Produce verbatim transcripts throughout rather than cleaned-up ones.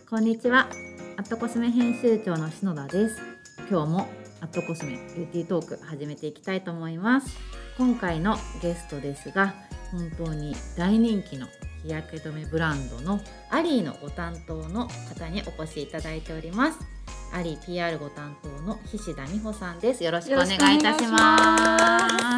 こんにちは。アットコスメ編集長の篠田です。今日もアットコスメビューティートーク始めていきたいと思います。今回のゲストですが、本当に大人気の日焼け止めブランドのアリーのご担当の方にお越しいただいております。アリー ピーアール ご担当の菱田美穂さんです。よろしくお願いいたします。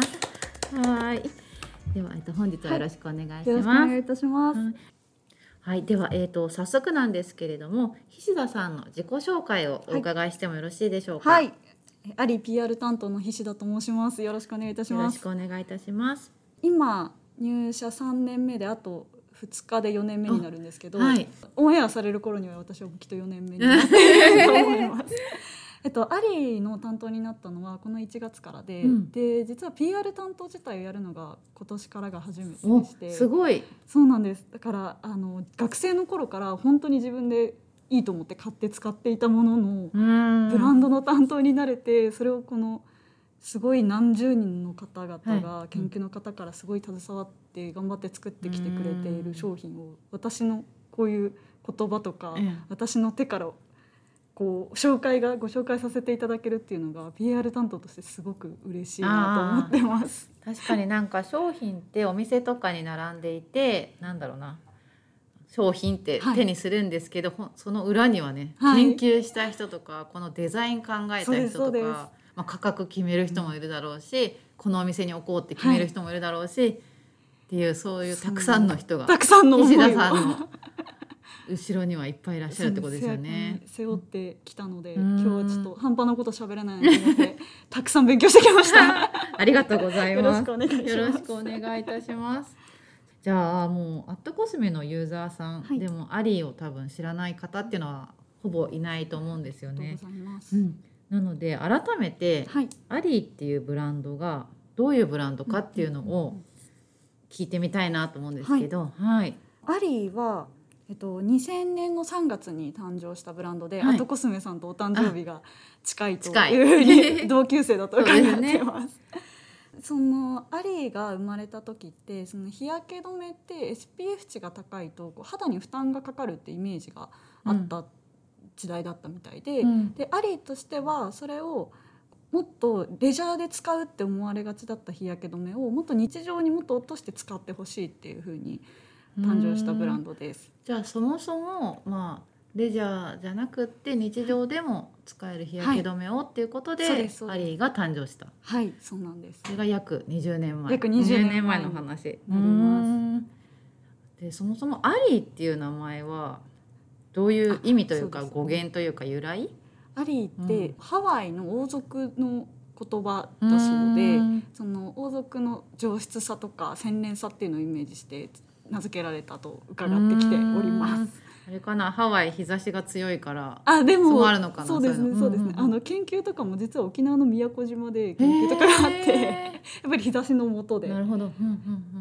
はい。では、えっと、本日はよろしくお願いします。 よろしくお願いいたします。 はいはい、では、えーと、早速なんですけれども、菱田さんの自己紹介をお伺いしてもよろしいでしょうか。 はい、アリ ピーアール 担当の菱田と申します。よろしくお願いいたします。 よろしくお願いいたします。 今入社さんねんめであとふつかでよねんめになるんですけど、 はい、 オンエアされる頃には私はきっとよねんめになっていると思いますえっと、アリの担当になったのはこのいちがつからで、うん、で実は ピーアール 担当自体をやるのが今年からが初めてでして。 すごい。 そうなんです。だからあの学生の頃から本当に自分でいいと思って買って使っていたもののブランドの担当になれて、それをこのすごい何十人の方々が研究の方からすごい携わって頑張って作ってきてくれている商品を、私のこういう言葉とか私の手からこう紹介がご紹介させていただけるっていうのが ピーアール 担当としてすごく嬉しいなと思ってます。 確かになんか商品ってお店とかに並んでいて、なんだろうな、商品って手にするんですけど、はい、その裏にはね、はい、研究した人とかこのデザイン考えた人とか、まあ、価格決める人もいるだろうし、うん、このお店に置こうって決める人もいるだろうし、はい、っていうそういうたくさんの人がたくさんの菱田さんの後ろにはいっぱいいらっしゃるってことですよね。 背負ってきたので、今日はちょっと半端なこと喋れないなと思ってたくさん勉強してきましたありがとうございます。 よろしくお願いします。 よろしくお願いいたしますじゃあもうアットコスメのユーザーさん、はい、でもアリーを多分知らない方っていうのはほぼいないと思うんですよね。 ありがとうございます、 うん、なので改めて、はい、アリーっていうブランドがどういうブランドかっていうのを聞いてみたいなと思うんですけど、はいはい、 アリーはえっと、にせんねんのさんがつに誕生したブランドで、はい、アットコスメさんとお誕生日が近いというふうに同級生だと伺ってます。そのアリーが生まれた時ってその日焼け止めって エスピーエフ 値が高いとこう肌に負担がかかるってイメージがあった時代だったみたいで、うん、でアリーとしてはそれをもっとレジャーで使うって思われがちだった日焼け止めをもっと日常にもっと落として使ってほしいっていうふうに誕生したブランドです。 じゃあそもそも、まあ、レジャーじゃなくって日常でも使える日焼け止めをっていうことで、はい、アリーが誕生した。 はいそうなんです。 それが約にじゅうねんまえ約にじゅうねんまえの話になります。でそもそもアリーっていう名前はどういう意味というか語源というか由来？ アリーって、うん、ハワイの王族の言葉だそうで、その王族の上質さとか洗練さっていうのをイメージして名付けられたと伺ってきております。 あれかな、ハワイ日差しが強いからあでもそうあるのかな。 そうですねそうですね、あの研究とかも実は沖縄の宮古島で研究とかがあってやっぱり日差しの下でなるほど、うんうんうん、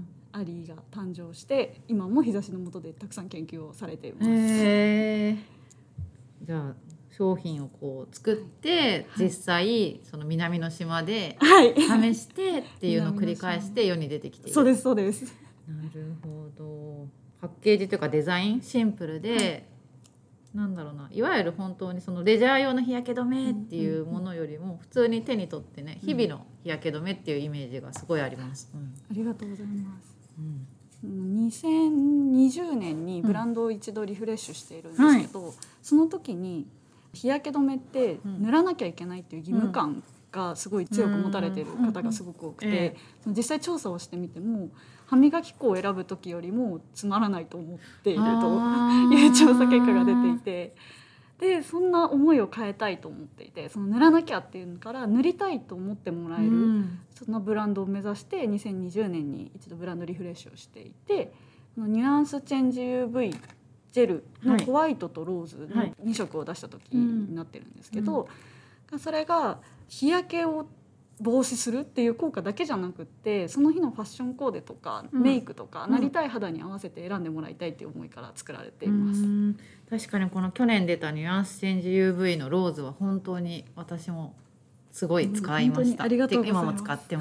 アリーが誕生して今も日差しの下でたくさん研究をされています。 へじゃあ商品をこう作って、はい、実際その南の島で試してっていうのを繰り返して世に出てきている。 そうですそうです。 なるほど。パッケージというかデザインシンプルで、はい、なんだろうな、いわゆる本当にそのレジャー用の日焼け止めっていうものよりも普通に手に取ってね、日々の日焼け止めっていうイメージがすごいあります、うん、 ありがとうございます、うん、にせんにじゅうねんにブランドを一度リフレッシュしているんですけど、うんはい、その時に日焼け止めって塗らなきゃいけないっていう義務感がすごい強く持たれている方がすごく多くて、実際調査をしてみても歯磨き粉を選ぶ時よりもつまらないと思っているという調査結果が出ていて、でそんな思いを変えたいと思っていて、その塗らなきゃっていうのから塗りたいと思ってもらえる、うん、そのブランドを目指してにせんにじゅうねんに一度ブランドリフレッシュをしていて、ニュアンスチェンジ ユーブイ ジェルのホワイトとローズのに色を出した時になってるんですけど、それが日焼けを防止するっていう効果だけじゃなくって、その日のファッションコーデとかメイクとか、うん、なりたい肌に合わせて選んでもらいたいっていう思いから作られています。うん、 確かにこの去年出たニュアンスチェンジ ユーブイ のローズは本当に私もすごい使いました。 ありがとうございます。 今も使ってます。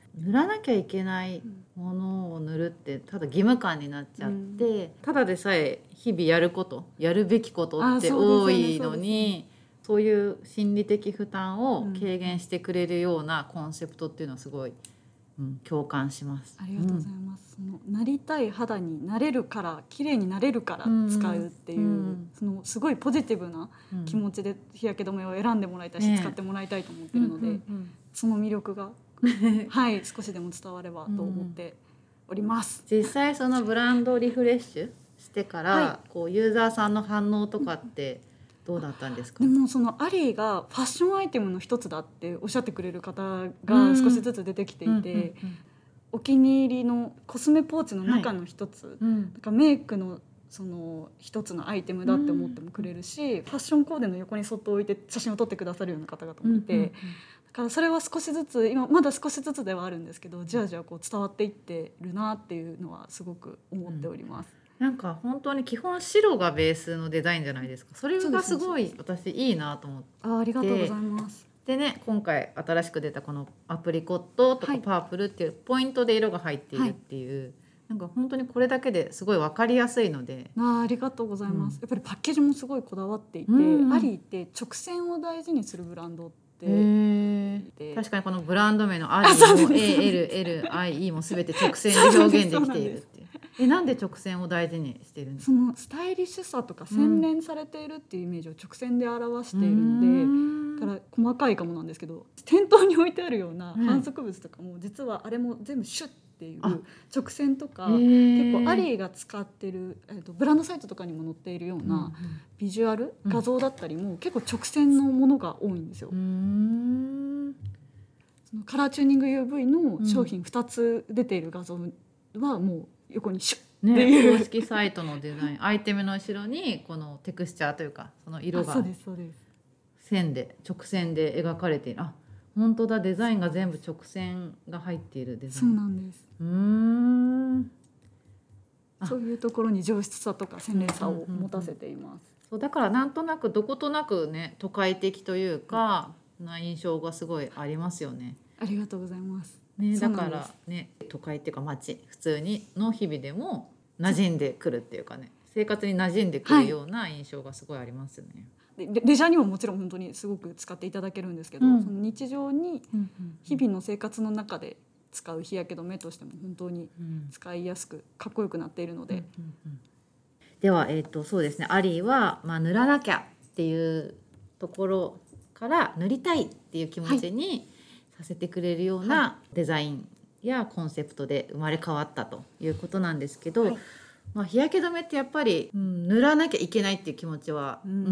塗らなきゃいけないものを塗るってただ義務感になっちゃって、うん、ただでさえ日々やることやるべきことって多いのに、そういう心理的負担を軽減してくれるようなコンセプトっていうのはすごい、うん、共感します。 ありがとうございます、うん、そのなりたい肌になれるから綺麗になれるから使うっていう、うん、そのすごいポジティブな気持ちで日焼け止めを選んでもらいたいし、ね、使ってもらいたいと思ってるので、うんうんうん、その魅力がはい少しでも伝わればと思っております、 うん、実際そのブランドリフレッシュしてから、はい、こうユーザーさんの反応とかってどうだったんですか？ でもそのアリーがファッションアイテムの一つだっておっしゃってくれる方が少しずつ出てきていて、うんうんうんうん、お気に入りのコスメポーチの中の一つ、はい、うん、だからメイクのその一つのアイテムだって思ってもくれるし、うん、ファッションコーデの横にそっと置いて写真を撮ってくださるような方々もいて、うんうんうん、だからそれは少しずつ今まだ少しずつではあるんですけど、じわじわこう伝わっていってるなっていうのはすごく思っております、 うん、なんか本当に基本白がベースのデザインじゃないですか。それがすごい私いいなと思って。 あ, ありがとうございます。 でね、今回新しく出たこのアプリコットとかパープルっていうポイントで色が入っているっていう、はい、なんか本当にこれだけですごい分かりやすいので。 あ, ありがとうございます、うん、やっぱりパッケージもすごいこだわっていて、うん、アリーって直線を大事にするブランドってへ確かにこのブランド名のアリーも エーエルエルアイイー も全て直線で表現できているっていう。えなんで直線を大事にしているんですか？ そのスタイリッシュさとか洗練されているっていうイメージを直線で表しているので、うん、だから細かいかもなんですけど、店頭に置いてあるような販促物とかも、実はあれも全部シュッっていう直線とか、結構アリーが使ってる、えーと、ブランドサイトとかにも載っているようなビジュアル、うん、画像だったりも結構直線のものが多いんですよ。うーんそのカラーチューニング ユーブイ の商品ふたつ出ている画像はもう横にシュッっていう、 ね、公式サイトのデザインアイテムの後ろにこのテクスチャーというかその色が線で直線で描かれている。あ本当だ、デザインが全部直線が入っているデザイン。 そうなんです。 うーんそういうところに上質さとか洗練さを持たせています、うんうんうん、 そうだからなんとなくどことなくね都会的というか、うん、な印象がすごいありますよね。 ありがとうございます、 ね、だからね都会っていうか街普通にの日々でも馴染んでくるっていうかね、生活に馴染んでくるような印象がすごいありますよね、 はい、でレジャーにももちろん本当にすごく使っていただけるんですけど、うん、その日常に日々の生活の中で使う日焼け止めとしても本当に使いやすくかっこよくなっているので、うんうんうん、 では、えーと、そうですね、アリーは、まあ、塗らなきゃっていうところから塗りたいっていう気持ちにさせてくれるようなデザインやコンセプトで生まれ変わったということなんですけど、はい、まあ、日焼け止めってやっぱり、うん、塗らなきゃいけないっていう気持ちは、うんうん、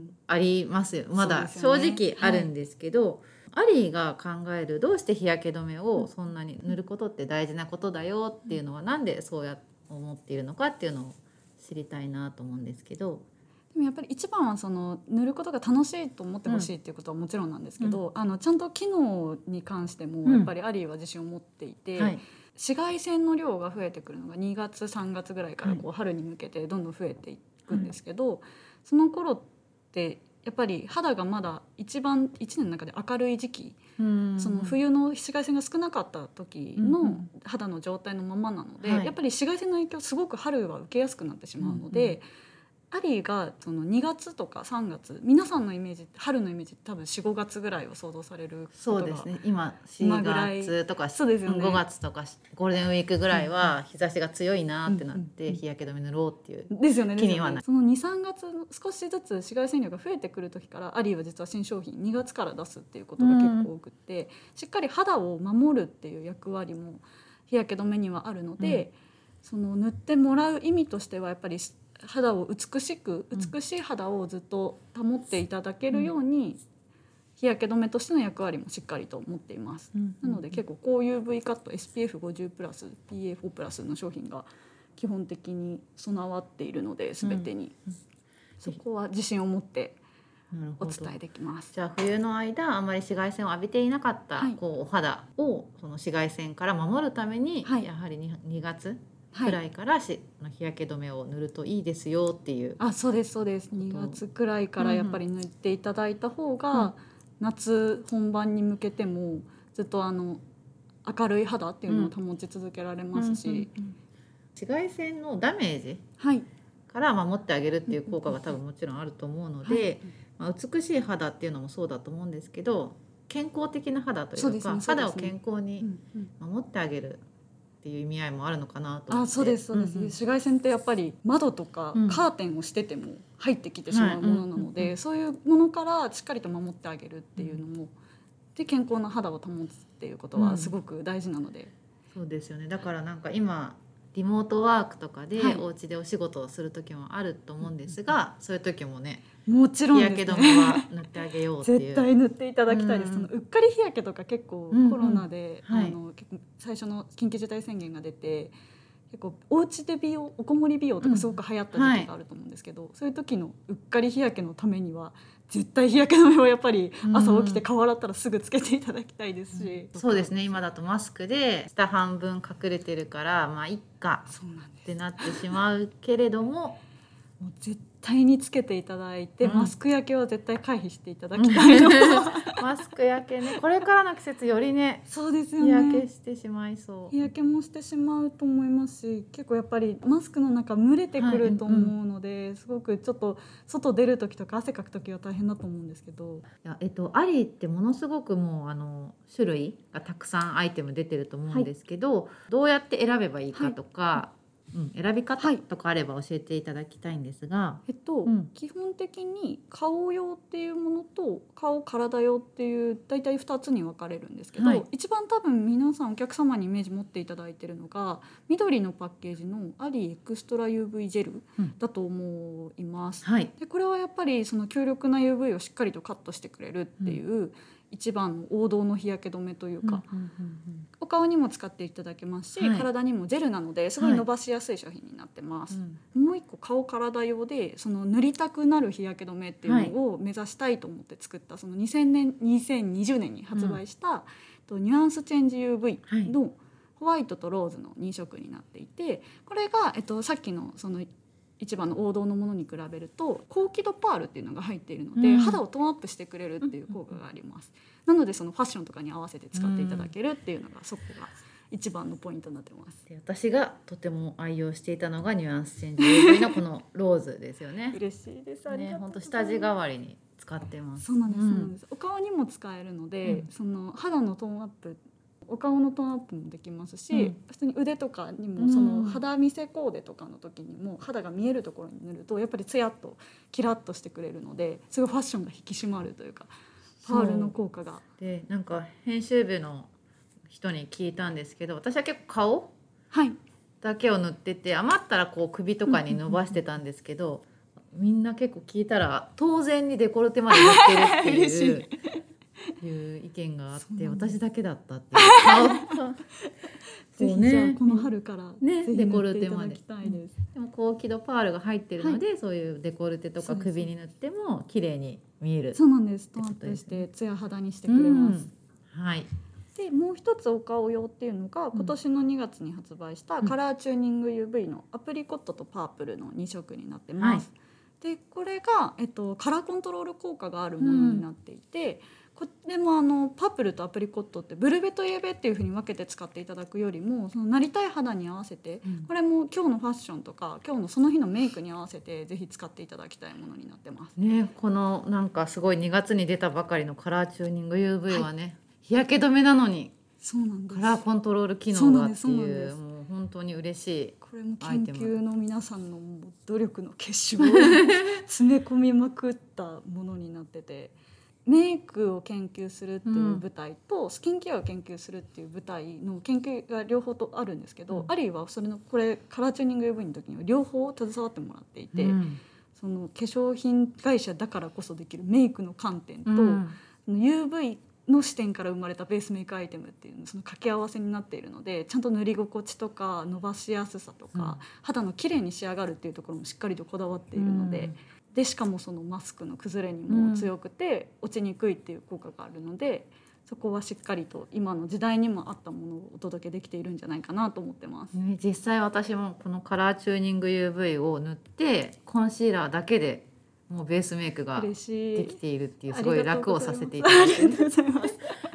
ありますよ。まだ正直あるんですけど、はい、アリーが考えるどうして日焼け止めをそんなに塗ることって大事なことだよっていうのはなんでそうやって思っているのかっていうのを知りたいなと思うんですけど。 でもやっぱり一番はその塗ることが楽しいと思ってほしいっていうことはもちろんなんですけど、うん、あのちゃんと機能に関してもやっぱりアリーは自信を持っていて、うん、はい、紫外線の量が増えてくるのがにがつさんがつぐらいからこう春に向けてどんどん増えていくんですけど、はい、その頃ってやっぱり肌がまだ一番いちねんの中で明るい時期、うん、その冬の紫外線が少なかった時の肌の状態のままなので、うんうん、やっぱり紫外線の影響すごく春は受けやすくなってしまうので、うんうん、アリーがそのにがつとかさんがつ、皆さんのイメージ春のイメージ多分 よんごがつぐらいを想像されることが、 そうですね、今しがつとかそうですよ、ね、ごがつとかゴールデンウィークぐらいは日差しが強いなってなって日焼け止め塗ろうっていう気にはない。 その にさんがつ少しずつ紫外線量が増えてくる時からアリーは実は新商品にがつから出すっていうことが結構多くて、うん、しっかり肌を守るっていう役割も日焼け止めにはあるので、うん、その塗ってもらう意味としてはやっぱり肌を美しく美しい肌をずっと保っていただけるように、うん、日焼け止めとしての役割もしっかりと持っています、うん、なので結構高 ユーブイ カット エスピーエフごじゅう プラス ピーエーフォー プラスの商品が基本的に備わっているので全てに、うん、そこは自信を持ってお伝えできます。 じゃあ冬の間あまり紫外線を浴びていなかった、はい、こうお肌をその紫外線から守るために、はい、やはり に, にがつくらいからし、はい、日焼け止めを塗るといいですよっていう。 あ、そうですそうです。にがつくらいからやっぱり塗っていただいた方が、うん、夏本番に向けてもずっとあの明るい肌っていうのを保ち続けられますし、うんうんうん、 紫外線のダメージから守ってあげるっていう効果が多分もちろんあると思うので、はい、まあ、美しい肌っていうのもそうだと思うんですけど、健康的な肌というか、そうですね、肌を健康に守ってあげるっていう意味合いもあるのかなと思って。 あ、そうですそうです、うんうん、紫外線ってやっぱり窓とかカーテンをしてても入ってきてしまうものなので、はい、うんうんうん、そういうものからしっかりと守ってあげるっていうのも、で健康な肌を保つっていうことはすごく大事なので、 うん、そうですよね。だからなんか今リモートワークとかでお家でお仕事をする時もあると思うんですが、はい、そういう時もね、 もちろんですね、 日焼け止めは塗ってあげようっていう絶対塗っていただきたいです、うん、そのうっかり日焼けとか結構コロナで、うんうん、あの、はい、最初の緊急事態宣言が出て結構お家で美容、おこもり美容とかすごく流行った時期があると思うんですけど、うん、はい、そういう時のうっかり日焼けのためには絶対日焼け止めをやっぱり朝起きて顔洗ったらすぐつけていただきたいですし、 うん、そうですね。今だとマスクで下半分隠れてるからまあいっかってなってしまうけれども、 もう絶対につけていただいて、うん、マスク焼けは絶対回避していただきたいのマスク焼けね、これからの季節よりね、 そうですよね、 日焼けしてしまいそう。 日焼けもしてしまうと思いますし、結構やっぱりマスクの中蒸れてくると思うので、はい、うんうん、すごくちょっと外出る時とか汗かく時は大変だと思うんですけど、 いや、えっと、アリーってものすごくもうあの種類がたくさんアイテム出てると思うんですけど、はい、どうやって選べばいいかとか、はい、うん、選び方とかあれば教えていただきたいんですが、 えっとうん、基本的に顔用っていうものと顔体用っていう大体ふたつに分かれるんですけど、はい、一番多分皆さんお客様にイメージ持っていただいてるのが緑のパッケージのアリーエクストラ ユーブイ ジェルだと思います、うん、はい、でこれはやっぱりその強力な ユーブイ をしっかりとカットしてくれるっていう、うん、一番の王道の日焼け止めというか、うんうんうんうん、お顔にも使っていただけますし、はい、体にもジェルなのですごい伸ばしやすい商品になってます、はい、もう一個顔体用でその塗りたくなる日焼け止めっていうのを目指したいと思って作ったそのにせんねんにせんにじゅうねんに発売した、うん、ニュアンスチェンジ ユーブイ のホワイトとローズのに色になっていて、これが、えっと、さっきのその一番の王道のものに比べると高輝度パールっていうのが入っているので、うん、肌をトーンアップしてくれるっていう効果があります、うん、なのでそのファッションとかに合わせて使っていただけるっていうのが、そこが一番のポイントになってます。 で、私がとても愛用していたのがニュアンスチェンジ ユーブイ のこのローズですよね嬉しいです。ありがとうございます。 本当下地代わりに使ってます。 そうなんです、うん、そうなんです。お顔にも使えるので、うん、その肌のトーンアップ、お顔のトーンアップもできますし、うん、普通に腕とかにもその肌見せコーデとかの時にも肌が見えるところに塗るとやっぱりツヤっとキラッとしてくれるので、すごいファッションが引き締まるというか、パールの効果が。 で、なんか編集部の人に聞いたんですけど、私は結構顔だけを塗ってて、余ったらこう首とかに伸ばしてたんですけど、みんな結構聞いたら当然にデコルテまで塗ってるっていういう意見があって、私だけだったっていう顔ぜひじゃあこの春からね、 ぜひ塗っていただきたいです。 でも高輝度パールが入ってるので、はい、そういうデコルテとか首に塗っても綺麗に見える。 そうなんです。トーンアップしてツヤ肌にしてくれます、 うん、はい。 でもう一つお顔用っていうのが今年のにがつに発売したカラーチューニング ユーブイ のアプリコットとパープルのに色になってます、はい、でこれが、えっと、カラーコントロール効果があるものになっていて、うん、これもあのパープルとアプリコットってブルベとイエベっていう風に分けて使っていただくよりも、そのなりたい肌に合わせて、うん、これも今日のファッションとか今日のその日のメイクに合わせてぜひ使っていただきたいものになってますね。このなんかすごいにがつに出たばかりのカラーチューニング ユーブイ はね、はい、日焼け止めなのにそうなんです、 カラーコントロール機能がっていう、もう本当に嬉しいこれも研究の皆さんの努力の結晶を詰め込みまくったものになってて、メイクを研究するっていう舞台と、うん、スキンケアを研究するっていう舞台の研究が両方とあるんですけど、うん、アリーはそれのこれカラーチューニング ユーブイ の時には両方携わってもらっていて、うん、その化粧品会社だからこそできるメイクの観点と、うん、ユーブイの視点から生まれたベースメイクアイテムっていうのその掛け合わせになっているので、ちゃんと塗り心地とか伸ばしやすさとか、うん、肌の綺麗に仕上がるっていうところもしっかりとこだわっているので、うん、でしかもそのマスクの崩れにも強くて落ちにくいっていう効果があるので、そこはしっかりと今の時代にも合ったものをお届けできているんじゃないかなと思ってます、 ね、実際私もこのカラーチューニング ユーブイ を塗ってコンシーラーだけでもうベースメイクができているっていう、すごい楽をさせていただいて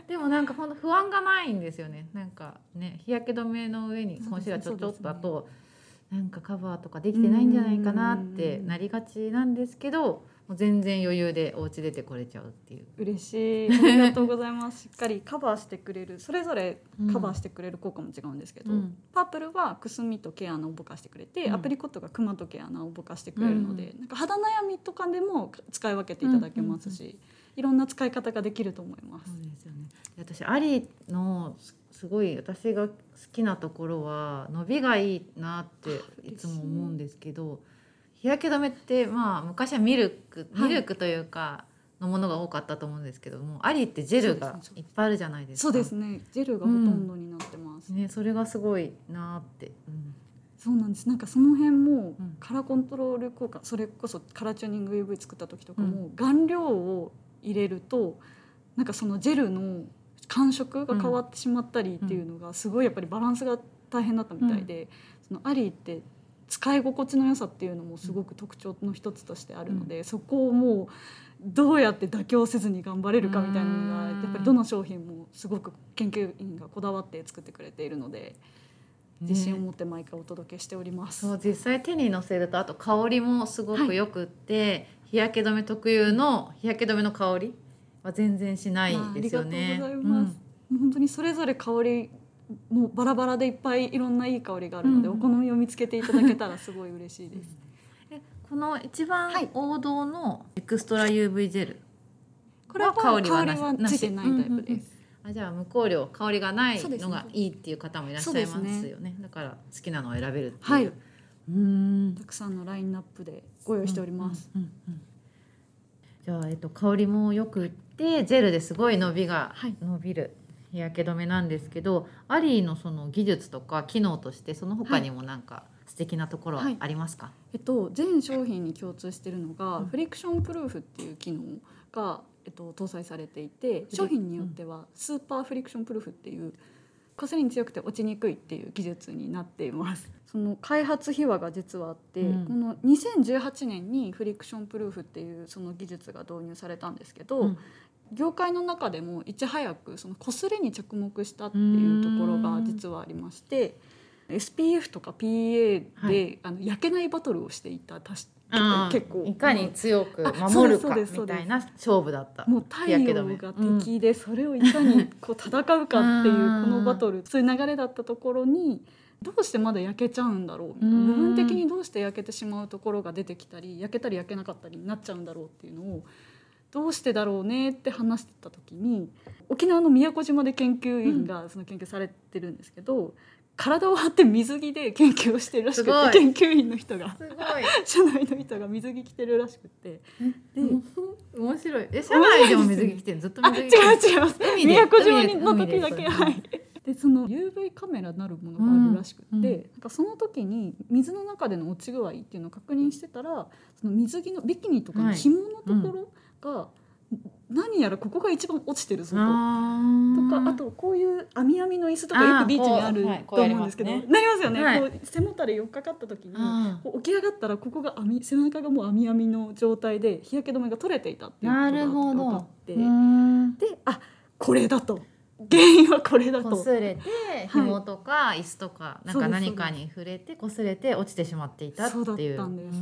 でもなんかほんと不安がないんですよね。なんかね日焼け止めの上にコンシーラーちょちょっとだと、ね、なんかカバーとかできてないんじゃないかなってなりがちなんですけど、もう全然余裕でお家出てこれちゃうっていう。 嬉しい、ありがとうございますしっかりカバーしてくれる、それぞれカバーしてくれる効果も違うんですけど、うん、パープルはくすみと毛穴をぼかしてくれて、うん、アプリコットがクマと毛穴をぼかしてくれるので、うん、なんか肌悩みとかでも使い分けていただけますし、うんうんうん、いろんな使い方ができると思います。 そうですよね。私アリのすごい私が好きなところは伸びがいいなっていつも思うんですけど、日焼け止めってまあ昔はミルクミルクというかのものが多かったと思うんですけども、はい、アリってジェルがいっぱいあるじゃないですか。 そうですね、ジェルがほとんどになってます、 うんね、それがすごいなって、うん、 そうなんです。なんかその辺もカラーコントロール効果、それこそカラーチューニング ユーブイ 作った時とかも、うん、顔料を入れるとなんかそのジェルの感触が変わってしまったりっていうのがすごいやっぱりバランスが大変だったみたいで、うん、そのアリって使い心地の良さっていうのもすごく特徴の一つとしてあるので、うん、そこをもうどうやって妥協せずに頑張れるかみたいなのがやっぱりどの商品もすごく研究員がこだわって作ってくれているので、自信を持って毎回お届けしております、 ね、そう実際手にのせるとあと香りもすごくよくって、はい、日焼け止め特有の日焼け止めの香りは全然しないですよね。 ありがとうございます、うん、本当にそれぞれ香りもうバラバラでいっぱいいろんないい香りがあるので、うん、お好みを見つけていただけたらすごい嬉しいです、 うん、えこの一番王道のエクストラ ユーブイ ジェル、 これは香りはついてないタイプです、うんうんうん、 あじゃあ無香料香りがないのがいいっていう方もいらっしゃいますよ ね, ねだから好きなのを選べるっていう、はい、うーんたくさんのラインナップでご用意しております、うんうんうんうん、 じゃあ、えっと、香りもよくってジェルですごい伸びが伸びる、はい日焼け止めなんですけど、アリーのその技術とか機能としてその他にもなんか素敵なところはありますか？はいえっと、全商品に共通しているのが、うん、フリクションプルーフっていう機能が、えっと、搭載されていて、商品によってはスーパーフリクションプルーフっていうこすりに強くて落ちにくいっていう技術になっています。その開発秘話が実はあって、うん、このにせんじゅうはちねんにフリクションプルーフっていうその技術が導入されたんですけど、うん業界の中でもいち早くその擦れに着目したっていうところが実はありまして、エスピーエフ とか ピーエー で、はい、あの焼けないバトルをしていた結構いかに強く守るかみたいな勝負だった。 もう太陽が敵でそれをいかにこう戦うかっていうこのバトルそういう流れだったところにどうしてまだ焼けちゃうんだろうみたいな、部分的にどうして焼けてしまうところが出てきたり焼けたり焼けなかったりになっちゃうんだろうっていうのをどうしてだろうねって話してた時に、沖縄の宮古島で研究員がその研究されてるんですけど、うん、体を張って水着で研究をしてるらしくて、研究員の人がすごい社内の人が水着着てるらしくて、 で面白い。え社内でも水着着てる、ずっと水着着てる。 違う違います。宮古島の時だけはいでその ユーブイ カメラなるものがあるらしくて、うんうん、なんかその時に水の中での落ち具合っていうのを確認してたら、その水着のビキニとかの紐のところ、はいうんが何やらここが一番落ちてるぞととか、あとこういう網網の椅子とかよくビーチにあると思うんですけど、なりますよね、はい、こう背もたれ寄っかかった時にこう起き上がったらここが網背中がもう網網の状態で日焼け止めが取れていたっていうことが分かって、であこれだと原因はこれだと擦れて紐とか椅子とかなんか何かに触れて擦れて落ちてしまっていたっていう。 そうだったんです。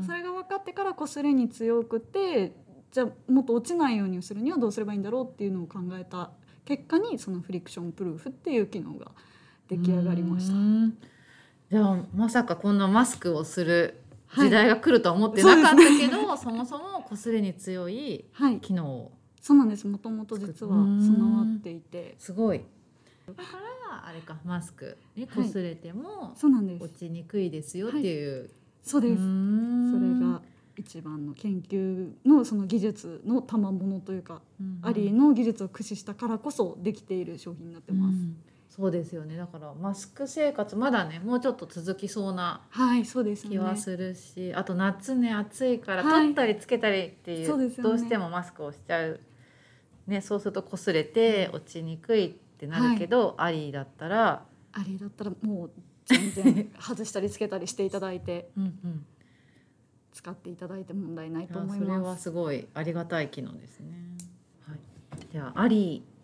それが分かってから擦れに強くて、じゃあもっと落ちないようにするにはどうすればいいんだろうっていうのを考えた結果にそのフリクションプルーフっていう機能が出来上がりました。 じゃあまさかこんなマスクをする時代が来るとは思ってなかったけど、はい そ, ね、そもそも擦れに強い機能を、はい、 そうなんです。もともと実は備わっていてすごい。だからあれかマスクに擦れても落ちにくいですよっていう、はい、 そうです。それが一番の研究のその技術の賜物というか、うん、アリーの技術を駆使したからこそできている商品になってます、うん、 そうですよね。だからマスク生活まだねもうちょっと続きそうな気はするし、はいね、あと夏ね暑いから取ったりつけたりっていう、はい、どうしてもマスクをしちゃう、ね、そうすると擦れて落ちにくいってなるけど、はい、アリーだったらアリーだったらもう全然外したりつけたりしていただいてうん、うん使っていただいて問題ないと思います。 それはすごいありがたい機能ですね、はい、じゃあアリー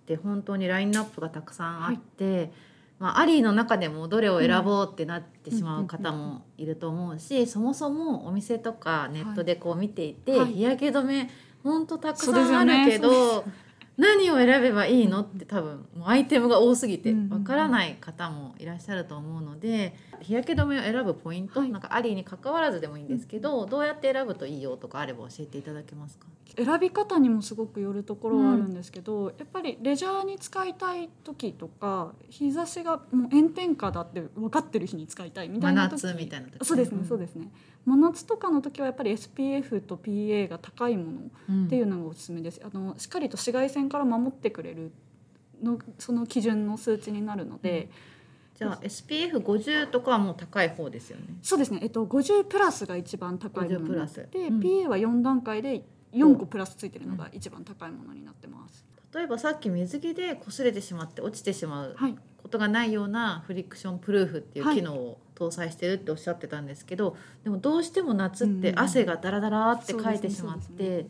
って本当にラインナップがたくさんあって、はい、まあ、アリーの中でもどれを選ぼうってなってしまう方もいると思うし、そもそもお店とかネットでこう見ていて、はい、日焼け止め本当たくさんあるけど、何を選べばいいのって多分もうアイテムが多すぎてわからない方もいらっしゃると思うので、日焼け止めを選ぶポイント、はい、なんかアリーに関わらずでもいいんですけど、どうやって選ぶといいよとかあれば教えていただけますか？ 選び方にもすごくよるところはあるんですけど、うん、やっぱりレジャーに使いたい時とか、日差しがもう炎天下だって分かってる日に使いたいみたいな時、 真夏みたいな時、 そうですね、そうですね、真夏とかの時はやっぱり エスピーエフ と ピーエー が高いものっていうのがおすすめです、うん、あのしっかりと紫外線から守ってくれるの、その基準の数値になるので、うん、 じゃあ エスピーエフごじゅう とかはもう高い方ですよね。 そうですね、えっと、ごじゅうプラスが一番高いものプラスで、うん、ピーエー はよん段階でよんこプラスついてるのが一番高いものになってます、 うん、例えばさっき水着で擦れてしまって落ちてしまうことがないようなフリクションプルーフっていう機能を搭載してるっておっしゃってたんですけど、でもどうしても夏って汗がダラダラってかいてしまって、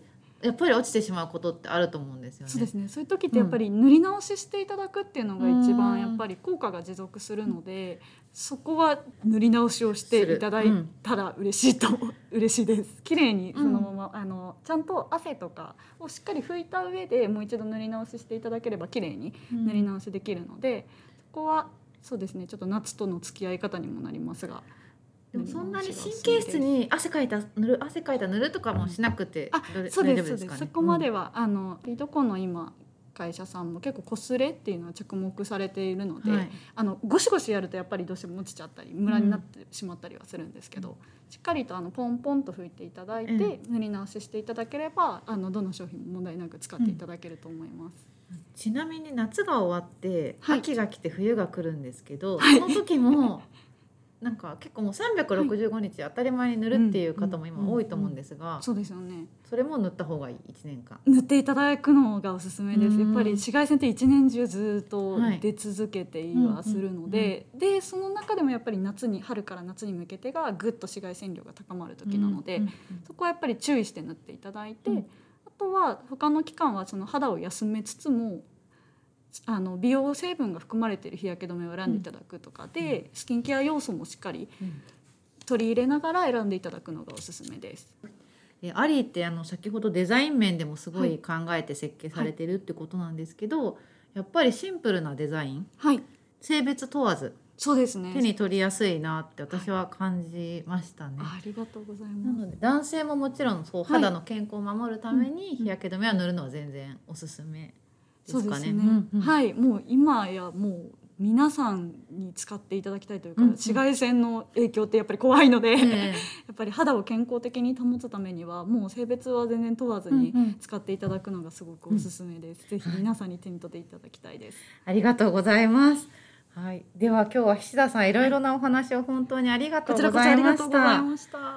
やっぱり落ちてしまうことってあると思うんですよね。 そうですね、そういう時ってやっぱり塗り直ししていただくっていうのが一番やっぱり効果が持続するので、そこは塗り直しをしていただいたら嬉しいと、うん、嬉しいです。綺麗にそのまま、うん、あのちゃんと汗とかをしっかり拭いた上でもう一度塗り直ししていただければ綺麗に塗り直しできるので、うん、そこはそうですね、ちょっと夏との付き合い方にもなりますが、 でもそんなに神経質に汗かいた塗る汗かいた塗るとかもしなくて、 あ、そうです、そうです。そこまでは、うん、あのどこの今会社さんも結構擦れっていうのは着目されているので、はい、あのゴシゴシやるとやっぱりどうしても落ちちゃったりムラになってしまったりはするんですけど、うん、しっかりとあのポンポンと拭いていただいて、うん、塗り直ししていただければあのどの商品も問題なく使っていただけると思います、 うん、ちなみに夏が終わって秋が来て冬が来るんですけど、 はい、 その時もなんか結構もうさんびゃくろくじゅうごにち当たり前に塗るっていう方も今多いと思うんですが、 そうですよね。 それも塗った方がいい、いちねんかん塗っていただくのがおすすめです。やっぱり紫外線って一年中ずっと出続けていはするので、でその中でもやっぱり夏に春から夏に向けてがぐっと紫外線量が高まる時なので、そこはやっぱり注意して塗っていただいて、あとは他の期間はその肌を休めつつもあの美容成分が含まれている日焼け止めを選んでいただくとかで、うん、スキンケア要素もしっかり取り入れながら選んでいただくのがおすすめです。 えアリーってあの先ほどデザイン面でもすごい考えて設計されてるってことなんですけど、はい、やっぱりシンプルなデザイン、 はい、 性別問わずそうですね、 手に取りやすいなって私は感じましたね、 はい、ありがとうございます。 なので男性ももちろんそう肌の健康を守るために日焼け止めは塗るのは全然おすすめですかね。 そうですね、うんうん、はい、もう今やもう皆さんに使っていただきたいというか、うんうん、紫外線の影響ってやっぱり怖いので、えー、やっぱり肌を健康的に保つためにはもう性別は全然問わずに使っていただくのがすごくおすすめです、うん、ぜひ皆さんに手に取っていただきたいです、 ありがとうございます。はい、では今日は菱田さんいろいろなお話を本当にありがとうございました。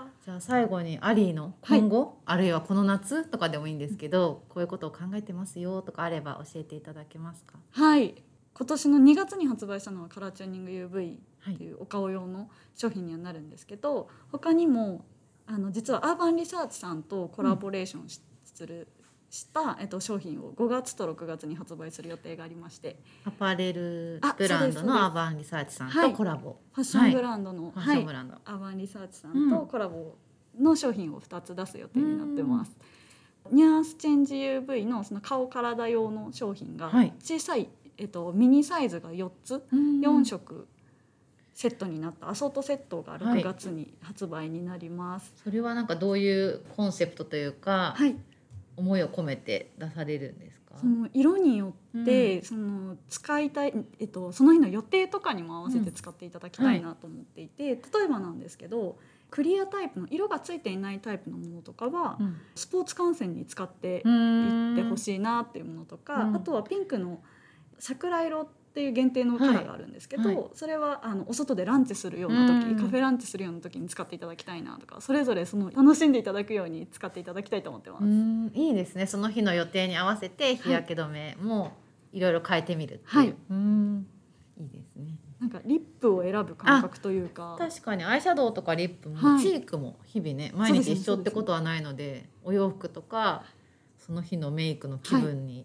じゃあ最後にアリーの今後、はい、あるいはこの夏とかでもいいんですけど、こういうことを考えてますよとかあれば教えていただけますか？ はい、今年のにがつに発売したのはカラーチューニング ユーブイ っていうお顔用の商品にはなるんですけど、他にもあの実はアーバンリサーチさんとコラボレーションする、うんした、えっと、商品をごがつとろくがつに発売する予定がありまして、 アパレルブランドのアーバンリサーチさんとコラボ、はい、 ファッションブランドの、 はい、ファッションブランド、 はい、アーバンリサーチさんとコラボの商品をふたつ出す予定になってます。ニャースチェンジ ユーブイ の, その顔体用の商品が小さい、はい、えっと、ミニサイズがよっつよんしょくセットになったアソートセットがろくがつに発売になります、 はい、それはなんかどういうコンセプトというか、 はい、 思いを込めて出されるんですか？ その色によって、うん、その使いたい、えっと、その日の予定とかにも合わせて使っていただきたいなと思っていて、うんはい、例えばなんですけどクリアタイプの色がついていないタイプのものとかは、うん、スポーツ観戦に使っていってほしいなっていうものとか、うん、あとはピンクの桜色っていう限定のカラーがあるんですけど、はいはい、それはあのお外でランチするような時、カフェランチするような時に使っていただきたいなとか、それぞれその楽しんでいただくように使っていただきたいと思ってます。 うん、いいですね。その日の予定に合わせて日焼け止めもいろいろ変えてみるっていう、はい、うんいいですね。 なんかリップを選ぶ感覚というか、 確かにアイシャドウとかリップも、はい、チークも日々ね毎日一緒ってことはないので、お洋服とかその日のメイクの気分に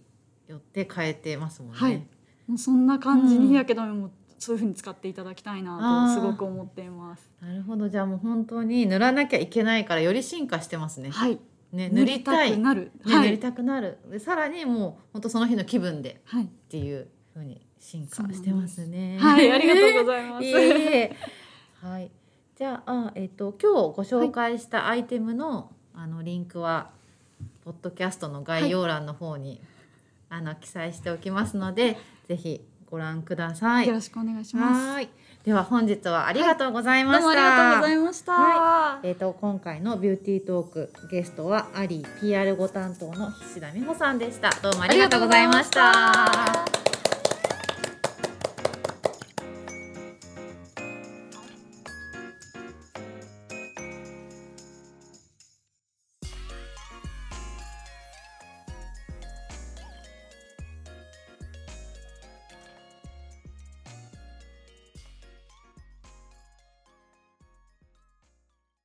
よって変えてますもんね。 はい、もうそんな感じに日焼け止めもそういう風に使っていただきたいなとすごく思っています。 なるほど、じゃあもう本当に塗らなきゃいけないからより進化してますね。 はい、 ね、塗りたい、 塗りたくなる、 ね、 はい、 塗りたくなる。でさらにもう本当その日の気分ではい、 っていう風に進化してますね。 はい、ありがとうございます。 いえいえはい、じゃあ、えっと、今日ご紹介したアイテムの、あのリンクはポッドキャストの概要欄の方に、はい、あの記載しておきますので、ぜひご覧ください。 よろしくお願いします。 はい、では本日はありがとうございました。 はい、どうもありがとうございました。 はい、えっと今回のビューティートークゲストはアリー ピーアール ご担当の菱田美穂さんでした。どうもありがとうございました。